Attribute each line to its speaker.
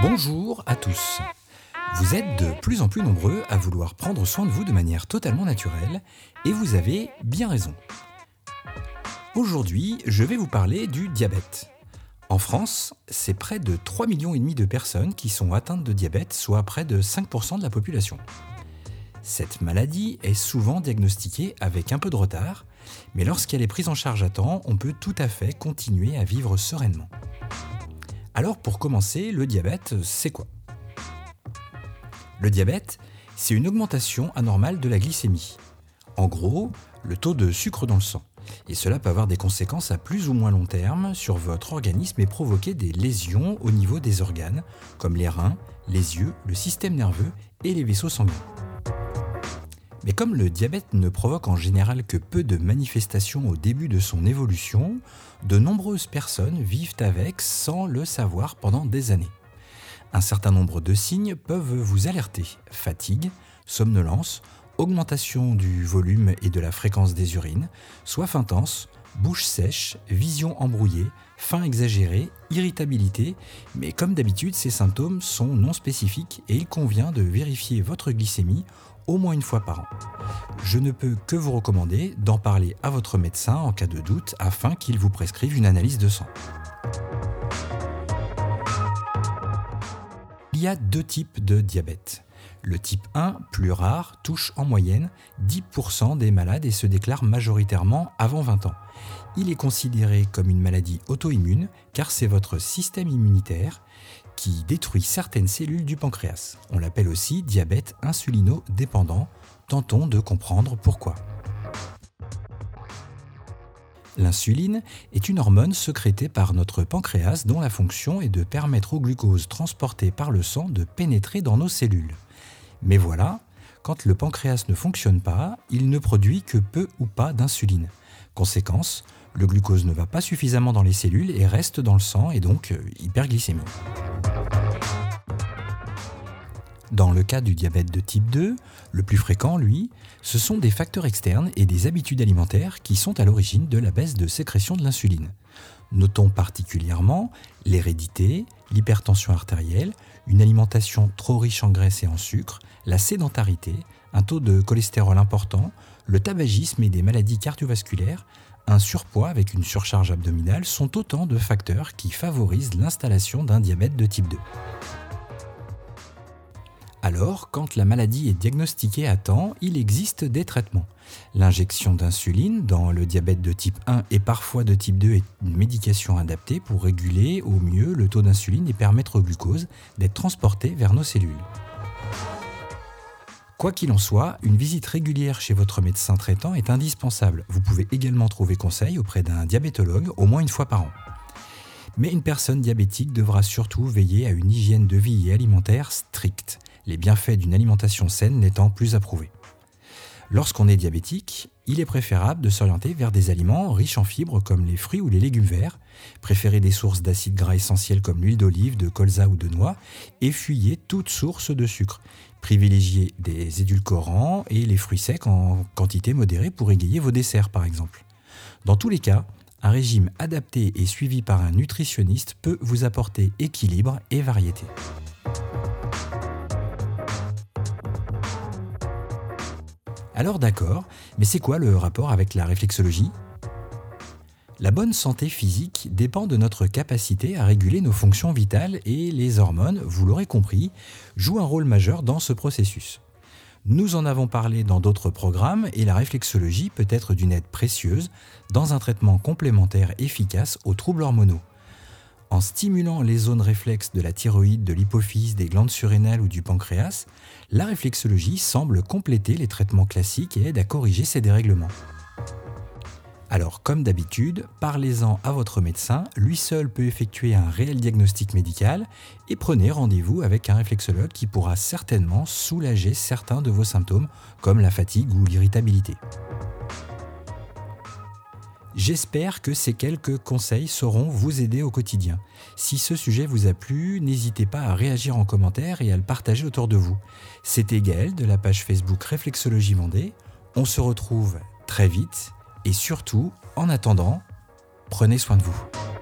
Speaker 1: Bonjour à tous. Vous êtes de plus en plus nombreux à vouloir prendre soin de vous de manière totalement naturelle et vous avez bien raison. Aujourd'hui, je vais vous parler du diabète. En France, c'est près de 3,5 millions de personnes qui sont atteintes de diabète, soit près de 5% de la population. Cette maladie est souvent diagnostiquée avec un peu de retard, mais lorsqu'elle est prise en charge à temps, on peut tout à fait continuer à vivre sereinement. Alors pour commencer, le diabète, c'est quoi ? Le diabète, c'est une augmentation anormale de la glycémie. En gros, le taux de sucre dans le sang. Et cela peut avoir des conséquences à plus ou moins long terme sur votre organisme et provoquer des lésions au niveau des organes, comme les reins, les yeux, le système nerveux et les vaisseaux sanguins. Mais comme le diabète ne provoque en général que peu de manifestations au début de son évolution, de nombreuses personnes vivent avec sans le savoir pendant des années. Un certain nombre de signes peuvent vous alerter: fatigue, somnolence, augmentation du volume et de la fréquence des urines, soif intense, bouche sèche, vision embrouillée, faim exagérée, irritabilité, mais comme d'habitude, ces symptômes sont non spécifiques et il convient de vérifier votre glycémie au moins une fois par an. Je ne peux que vous recommander d'en parler à votre médecin en cas de doute afin qu'il vous prescrive une analyse de sang. Il y a deux types de diabète. Le type 1, plus rare, touche en moyenne 10% des malades et se déclare majoritairement avant 20 ans. Il est considéré comme une maladie auto-immune car c'est votre système immunitaire qui détruit certaines cellules du pancréas. On l'appelle aussi diabète insulino-dépendant. Tentons de comprendre pourquoi. L'insuline est une hormone sécrétée par notre pancréas dont la fonction est de permettre au glucose transporté par le sang de pénétrer dans nos cellules. Mais voilà, quand le pancréas ne fonctionne pas, il ne produit que peu ou pas d'insuline. Conséquence, le glucose ne va pas suffisamment dans les cellules et reste dans le sang et donc hyperglycémie. Dans le cas du diabète de type 2, le plus fréquent, lui, ce sont des facteurs externes et des habitudes alimentaires qui sont à l'origine de la baisse de sécrétion de l'insuline. Notons particulièrement l'hérédité, l'hypertension artérielle, une alimentation trop riche en graisse et en sucre, la sédentarité, un taux de cholestérol important, le tabagisme et des maladies cardiovasculaires, un surpoids avec une surcharge abdominale sont autant de facteurs qui favorisent l'installation d'un diabète de type 2. Alors, quand la maladie est diagnostiquée à temps, il existe des traitements. L'injection d'insuline dans le diabète de type 1 et parfois de type 2 est une médication adaptée pour réguler au mieux le taux d'insuline et permettre au glucose d'être transporté vers nos cellules. Quoi qu'il en soit, une visite régulière chez votre médecin traitant est indispensable. Vous pouvez également trouver conseil auprès d'un diabétologue au moins une fois par an. Mais une personne diabétique devra surtout veiller à une hygiène de vie et alimentaire stricte, les bienfaits d'une alimentation saine n'étant plus approuvés. Lorsqu'on est diabétique, il est préférable de s'orienter vers des aliments riches en fibres comme les fruits ou les légumes verts, préférer des sources d'acides gras essentiels comme l'huile d'olive, de colza ou de noix, et fuyez toute source de sucre. Privilégiez des édulcorants et les fruits secs en quantité modérée pour égayer vos desserts par exemple. Dans tous les cas, un régime adapté et suivi par un nutritionniste peut vous apporter équilibre et variété. Alors d'accord, mais c'est quoi le rapport avec la réflexologie ? La bonne santé physique dépend de notre capacité à réguler nos fonctions vitales et les hormones, vous l'aurez compris, jouent un rôle majeur dans ce processus. Nous en avons parlé dans d'autres programmes et la réflexologie peut être d'une aide précieuse dans un traitement complémentaire efficace aux troubles hormonaux. En stimulant les zones réflexes de la thyroïde, de l'hypophyse, des glandes surrénales ou du pancréas, la réflexologie semble compléter les traitements classiques et aide à corriger ces dérèglements. Alors, comme d'habitude, parlez-en à votre médecin, lui seul peut effectuer un réel diagnostic médical et prenez rendez-vous avec un réflexologue qui pourra certainement soulager certains de vos symptômes comme la fatigue ou l'irritabilité. J'espère que ces quelques conseils sauront vous aider au quotidien. Si ce sujet vous a plu, n'hésitez pas à réagir en commentaire et à le partager autour de vous. C'était Gaël de la page Facebook Réflexologie Vendée. On se retrouve très vite et surtout, en attendant, prenez soin de vous.